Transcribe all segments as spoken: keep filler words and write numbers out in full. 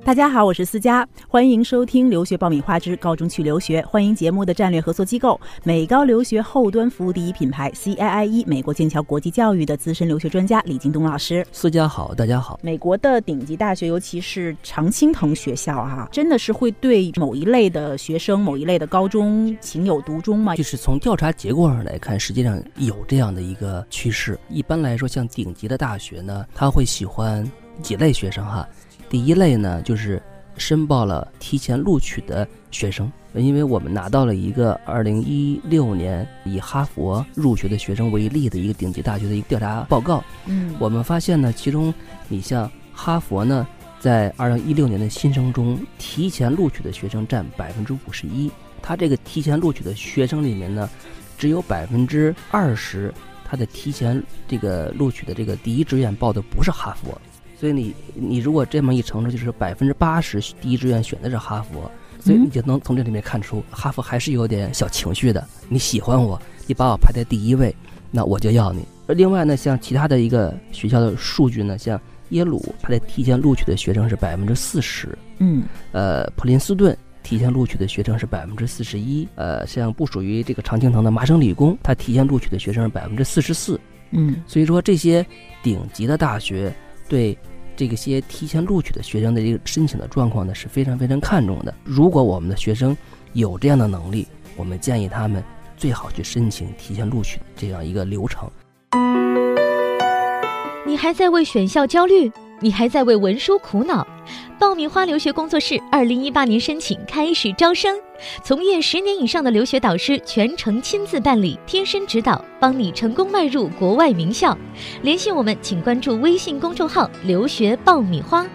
大家好，我是思佳，欢迎收听留学爆米花之高中去留学。欢迎节目的战略合作机构美高留学后端服务第一品牌 C I I E 美国剑桥国际教育的资深留学专家李京东老师。 思佳好，大家好。 美国的顶级大学，尤其是常青藤学校啊，真的是会对某一类的学生、某一类的高中情有独钟吗？ 就是从调查结果上来看，实际上有这样的一个趋势。一般来说，像顶级的大学呢，他会喜欢几类学生哈。第一类呢，就是申报了提前录取的学生，因为我们拿到了一个二零一六年以哈佛入学的学生为例的一个顶级大学的一个调查报告。嗯，我们发现呢，其中你像哈佛呢，在二零一六年的新生中，提前录取的学生占百分之五十一。他这个提前录取的学生里面呢，只有百分之二十，他的提前这个录取的这个第一志愿报的不是哈佛。所以你你如果这么一乘着，就是百分之八十第一志愿选的是哈佛，所以你就能从这里面看出，哈佛还是有点小情绪的。你喜欢我，你把我排在第一位，那我就要你。而另外呢，像其他的一个学校的数据呢，像耶鲁，它的提前录取的学生是百分之四十，嗯，呃，普林斯顿提前录取的学生是百分之四十一，呃，像不属于这个常青藤的麻省理工，它提前录取的学生是百分之四十四，嗯，所以说这些顶级的大学对这个些提前录取的学生的这个申请的状况呢是非常非常看重的。如果我们的学生有这样的能力，我们建议他们最好去申请提前录取这样一个流程。 你还在为选校焦虑？你还在为文书苦恼？爆米花留学工作室二零一八年申请开始招生，从业十年以上的留学导师全程亲自办理，贴身指导，帮你成功迈入国外名校。联系我们，请关注微信公众号留学爆米花。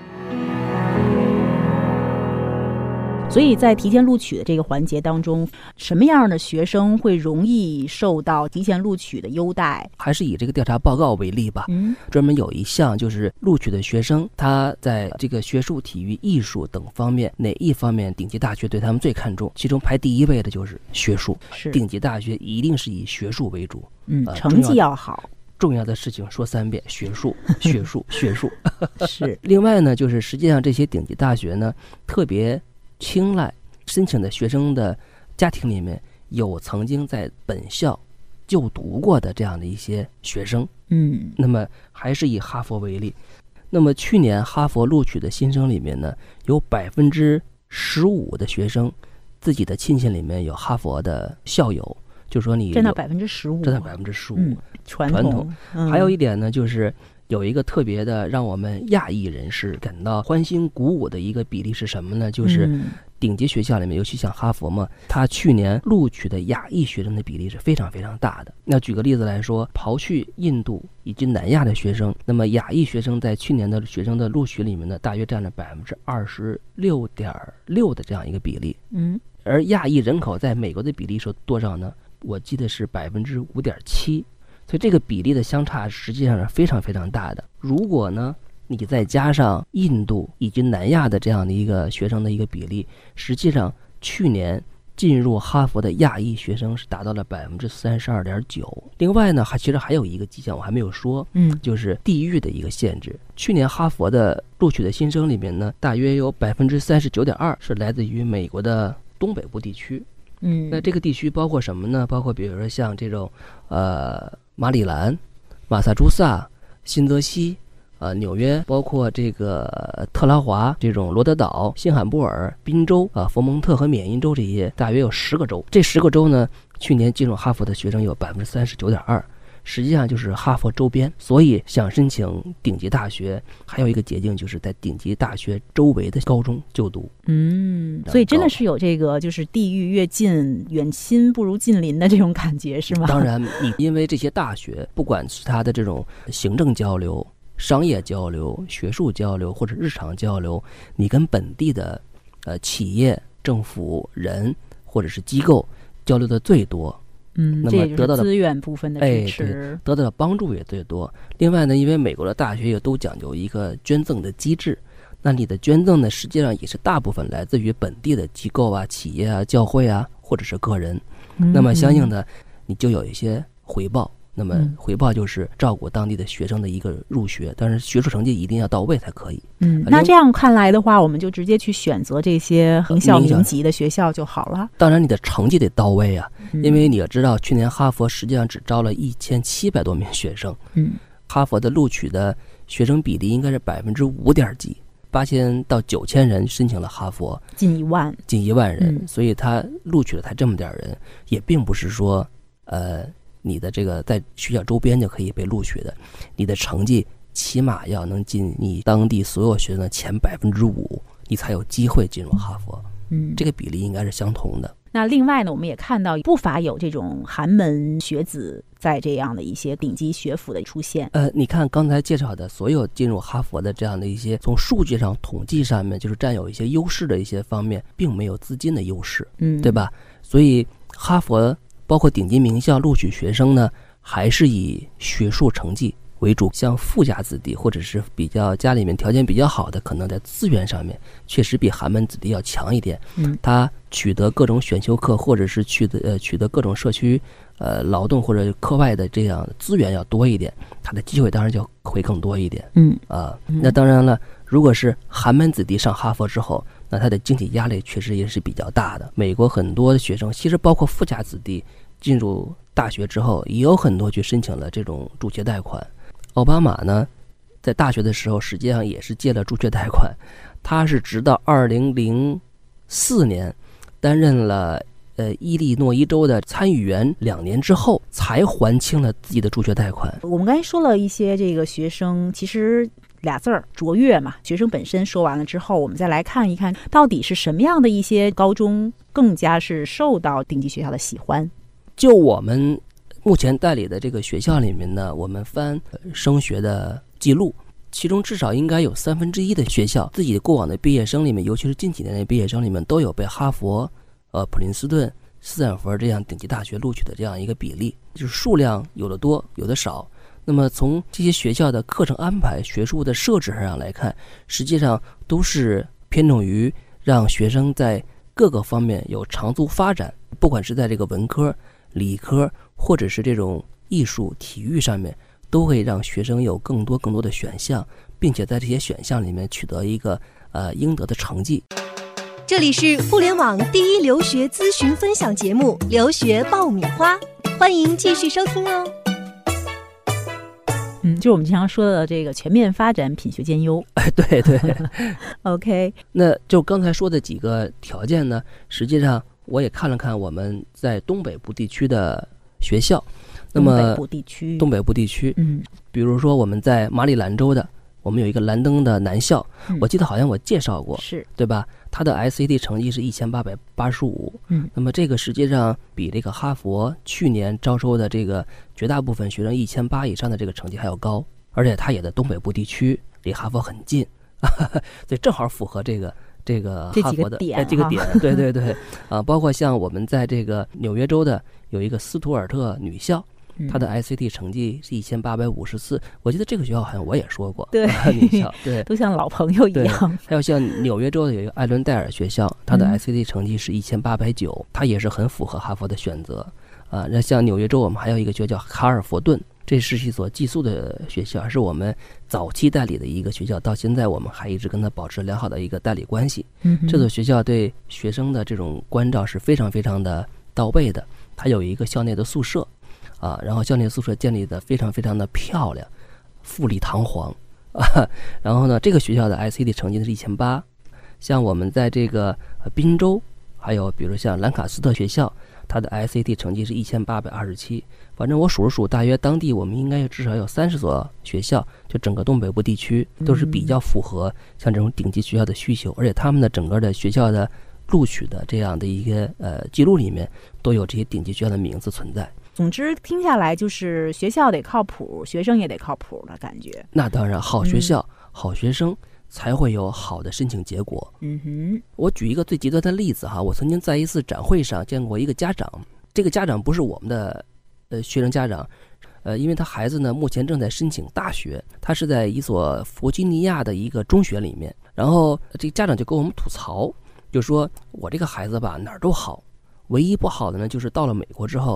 所以在提前录取的这个环节当中，什么样的学生会容易受到提前录取的优待？ 还是以这个调查报告为例吧。嗯，专门有一项就是录取的学生，他在这个学术、体育、艺术等方面哪一方面顶级大学对他们最看重？其中排第一位的就是学术。是，顶级大学一定是以学术为主。嗯，呃、 成绩要好。 重要的事情说三遍，学术学术学术。 是。 另外呢，就是实际上这些顶级大学呢，特别青睐申请的学生的家庭里面有曾经在本校就读过的这样的一些学生。嗯，那么还是以哈佛为例，那么去年哈佛录取的新生里面呢，有百分之十五的学生自己的亲戚里面有哈佛的校友，就说你占到百分之十五， 占到百分之十五， 传统。 统嗯、 还有一点呢，就是有一个特别的让我们亚裔人士感到欢欣鼓舞的一个比例是什么呢？就是顶级学校里面，尤其像哈佛嘛，他去年录取的亚裔学生的比例是非常非常大的。那举个例子来说，刨去印度以及南亚的学生，那么亚裔学生在去年的学生的录取里面呢，大约占了百分之二十六点六的这样一个比例。嗯，而亚裔人口在美国的比例是多少呢？我记得是百分之五点七。所以这个比例的相差实际上是非常非常大的。如果呢，你再加上印度以及南亚的这样的一个学生的一个比例，实际上去年进入哈佛的亚裔学生是达到了百分之三十二点九。另外呢，还其实还有一个迹象我还没有说，嗯，就是地域的一个限制。去年哈佛的录取的新生里面呢，大约有百分之三十九点二是来自于美国的东北部地区。嗯，那这个地区包括什么呢？包括比如说像这种呃。马里兰、马萨诸萨、新泽西、呃纽约，包括这个特拉华、这种罗德岛、新罕布尔、宾州啊、佛蒙特和缅因州这些，大约有十个州。这十个州呢，去年进入哈佛的学生有百分之三十九点二。实际上就是哈佛周边，所以想申请顶级大学还有一个捷径，就是在顶级大学周围的高中就读。 嗯，所以真的是有这个就是地域越近远亲不如近邻的这种感觉是吗？ 当然，你因为这些大学不管是它的这种行政交流、商业交流、学术交流或者日常交流，你跟本地的呃企业、政府、人或者是机构交流的最多。 嗯，那么得到的资源部分的支持， 哎、得到的帮助也最多。另外呢，因为美国的大学也都讲究一个捐赠的机制，那你的捐赠呢，实际上也是大部分来自于本地的机构啊、企业啊、教会啊，或者是个人。嗯、那么相应的，你就有一些回报， 那么回报就是照顾当地的学生的一个入学，但是学术成绩一定要到位才可以。 嗯，那这样看来的话，我们就直接去选择这些名校名级的学校就好了。 当然你的成绩得到位啊，嗯、因为你要知道去年哈佛实际上只招了一千七百多名学生， 嗯， 哈佛的录取的学生比例应该是百分之五点几，八千到九千人申请了哈佛， 近一万， 近一万人， 嗯、 所以他录取了才这么点人，也并不是说呃。你的这个在学校周边就可以被录取的，你的成绩起码要能进你当地所有学生的前百分之五，你才有机会进入哈佛。 嗯， 这个比例应该是相同的。 那另外呢，我们也看到不乏有这种寒门学子在这样的一些顶级学府的出现。 呃，你看刚才介绍的所有进入哈佛的这样的一些，从数据上统计上面就是占有一些优势的一些方面，并没有资金的优势， 嗯， 对吧？所以哈佛包括顶级名校录取学生呢，还是以学术成绩为主。像富家子弟或者是比较家里面条件比较好的，可能在资源上面确实比寒门子弟要强一点。 嗯， 他取得各种选修课，或者是取得呃取得各种社区呃劳动或者课外的这样资源要多一点，他的机会当然就会更多一点。 嗯啊，那当然了，如果是寒门子弟上哈佛之后，那他的经济压力确实也是比较大的。美国很多的学生，其实包括富家子弟进入大学之后，也有很多去申请了这种助学贷款。奥巴马呢，在大学的时候实际上也是借了助学贷款，他是直到二零零四年担任了呃伊利诺伊州的参议员两年之后，才还清了自己的助学贷款。 我们刚才说了一些这个学生，其实俩字儿卓越嘛，学生本身说完了之后，我们再来看一看到底是什么样的一些高中更加是受到顶级学校的喜欢。 就我们目前代理的这个学校里面呢，我们翻升学的记录，其中至少应该有三分之一的学校自己过往的毕业生里面，尤其是近几年的毕业生里面，都有被哈佛、呃普林斯顿、斯坦福这样顶级大学录取的这样一个比例，就是数量有的多，有的少。那么从这些学校的课程安排、学术的设置上来看，实际上都是偏重于让学生在各个方面有长足发展，不管是在这个文科、理科或者是这种艺术体育上面，都会让学生有更多更多的选项，并且在这些选项里面取得一个呃应得的成绩。 这里是互联网第一留学咨询分享节目《留学爆米花》，欢迎继续收听哦。 嗯，就是我们经常说的这个全面发展，品学兼优。 哎，对对 OK， 那就刚才说的几个条件呢，实际上我也看了看我们在东北部地区的学校。那么东北部地区， 东北部地区， 嗯， 比如说我们在马里兰州的，我们有一个兰登的男校， 嗯、 我记得好像我介绍过， 是对吧？他的 S A T 成绩是一千八百八十五， 嗯， 那么这个实际上比这个哈佛去年招收的这个绝大部分学生一千八以上的这个成绩还要高，而且他也在东北部地区，离哈佛很近，所以正好符合这个。这个哈佛的这哎，这个点，对对对，啊，包括像我们在这个纽约州的有一个斯图尔特女校，她的 S A T 成绩是一千八百五十四，我记得这个学校好像我也说过， 对， 女校，对， 都像老朋友一样。 还有像纽约州的有一个艾伦戴尔学校，她的 S A T 成绩是一千八百九，它也是很符合哈佛的选择啊。那像纽约州，我们还有一个学校叫卡尔佛顿。这是一所寄宿的学校，是我们早期代理的一个学校，到现在我们还一直跟他保持良好的一个代理关系。 嗯， 这所学校对学生的这种关照是非常非常的到位的。它有一个校内的宿舍，啊，然后校内宿舍建立的非常非常的漂亮，富丽堂皇啊。然后呢，这个学校的 S A T 成绩是一千八，像我们在这个宾州，还有比如像兰卡斯特学校，它的 S A T 成绩是一千八百二十七。反正我数了数，大约当地我们应该至少有三十所学校，就整个东北部地区都是比较符合像这种顶级学校的需求，而且他们的整个的学校的录取的这样的一个呃记录里面都有这些顶级学校的名字存在。 总之听下来就是学校得靠谱，学生也得靠谱的感觉。 那当然，好学校、嗯、好学生才会有好的申请结果。 嗯哼， 我举一个最极端的例子哈，我曾经在一次展会上见过一个家长，这个家长不是我们的呃学生家长，呃，因为他孩子呢目前正在申请大学，他是在一所弗吉尼亚的一个中学里面，然后这个家长就跟我们吐槽，就说我这个孩子吧哪儿都好，唯一不好的呢就是到了美国之后，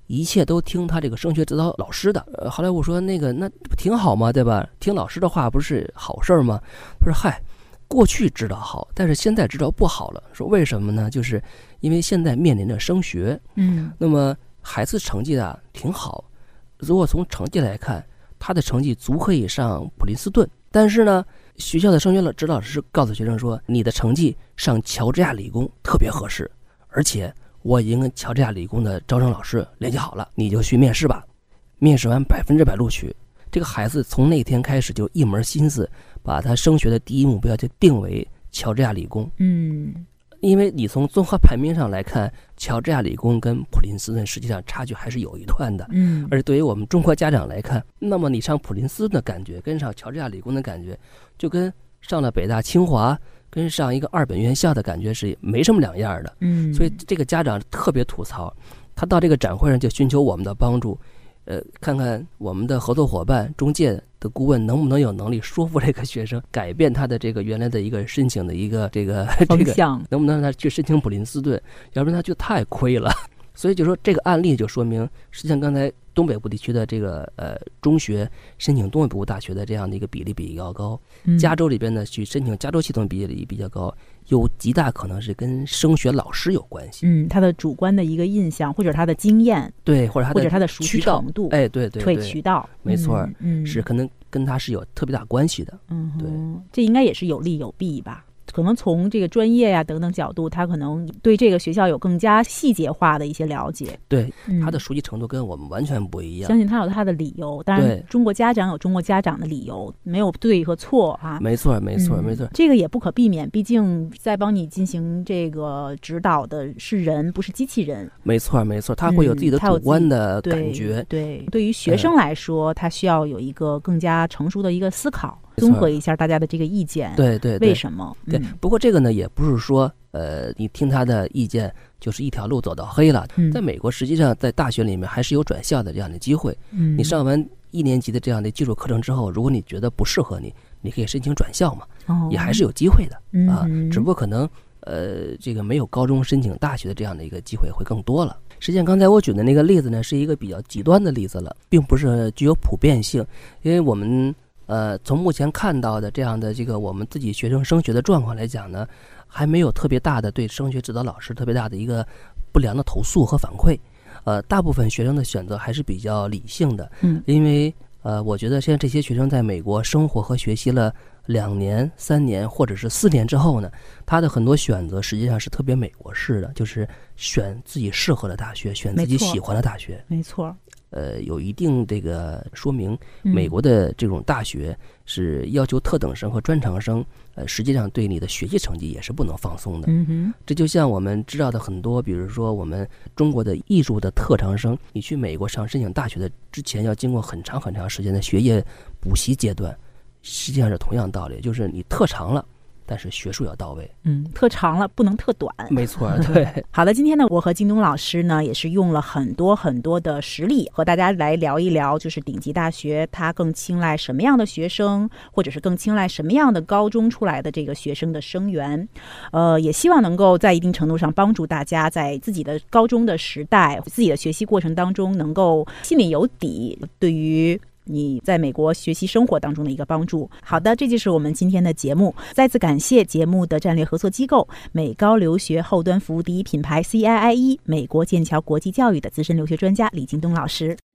一切都听他这个升学指导老师的。呃，后来我说那个那不挺好吗？对吧？听老师的话不是好事吗？他说嗨，过去知道好，但是现在知道不好了。说为什么呢？就是因为现在面临着升学， 嗯， 那么孩子成绩啊挺好，如果从成绩来看，他的成绩足可以上普林斯顿，但是呢，学校的升学指导老师告诉学生说，你的成绩上乔治亚理工特别合适，而且我已经跟乔治亚理工的招生老师联系好了，你就去面试吧。面试完百分之百录取。这个孩子从那天开始就一门心思把他升学的第一目标就定为乔治亚理工。 嗯， 因为你从综合排名上来看，乔治亚理工跟普林斯顿实际上差距还是有一段的。 嗯， 而对于我们中国家长来看，那么你上普林斯顿的感觉跟上乔治亚理工的感觉，就跟上了北大清华跟上一个二本院校的感觉是没什么两样的。 嗯， 所以这个家长特别吐槽，他到这个展会上就寻求我们的帮助，呃，看看我们的合作伙伴中介的顾问能不能有能力说服这个学生改变他的这个原来的一个申请的一个这个这个能不能让他去申请普林斯顿，要不然他就太亏了。所以就说这个案例就说明，实际上刚才东北部地区的这个呃中学申请东北部大学的这样的一个比例比较高， 嗯、 加州里边呢去申请加州系统比例比较高，有极大可能是跟升学老师有关系。 嗯，他的主观的一个印象，或者他的经验， 对，或者他的或者他的熟悉程度， 哎，对对对， 对渠道， 没错， 嗯， 是可能跟他是有特别大关系的。 嗯， 对， 这应该也是有利有弊吧。可能从这个专业呀、啊、等等角度，他可能对这个学校有更加细节化的一些了解。 对，他的熟悉程度跟我们完全不一样。 相信他有他的理由，当然中国家长有中国家长的理由，没有对和错啊。 没错，没错， 嗯、 没错。 这个也不可避免，毕竟在帮你进行这个指导的是人，不是机器人。 没错，没错，他会有自己的主观的感觉。 嗯、对, 对，对于学生来说、嗯，他需要有一个更加成熟的一个思考。综合一下大家的这个意见， 对对对， 为什么？ 对、嗯，不过这个呢，也不是说，呃，你听他的意见就是一条路走到黑了。 嗯、 在美国，实际上在大学里面还是有转校的这样的机会。 嗯， 你上完一年级的这样的基础课程之后，如果你觉得不适合你，你可以申请转校嘛， 哦、 也还是有机会的、 嗯、 啊。只不过可能，呃，这个没有高中申请大学的这样的一个机会会更多了。实际上，刚才我举的那个例子呢，是一个比较极端的例子了，并不是具有普遍性，因为我们。呃，从目前看到的这样的这个我们自己学生升学的状况来讲呢，还没有特别大的对升学指导老师特别大的一个不良的投诉和反馈。呃，大部分学生的选择还是比较理性的， 嗯， 因为呃，我觉得现在这些学生在美国生活和学习了两年、三年或者是四年之后呢，他的很多选择实际上是特别美国式的，就是选自己适合的大学，选自己喜欢的大学， 没错。 呃，有一定这个说明，美国的这种大学是要求特等生和专长生，呃，实际上对你的学习成绩也是不能放松的。 嗯哼， 这就像我们知道的很多，比如说我们中国的艺术的特长生，你去美国上申请大学的之前，要经过很长很长时间的学业补习阶段，实际上是同样道理，就是你特长了。但是学术要到位， 嗯，特长了不能特短， 没错，对。 好的，今天呢，我和京东老师呢也是用了很多很多的实例，和大家来聊一聊，就是顶级大学它更青睐什么样的学生，或者是更青睐什么样的高中出来的这个学生的生源，呃，也希望能够在一定程度上帮助大家在自己的高中的时代、自己的学习过程当中，能够心里有底，对于你在美国学习生活当中的一个帮助。好的，这就是我们今天的节目。再次感谢节目的战略合作机构美高留学后端服务第一品牌 C I I E 美国剑桥国际教育的资深留学专家李京东老师。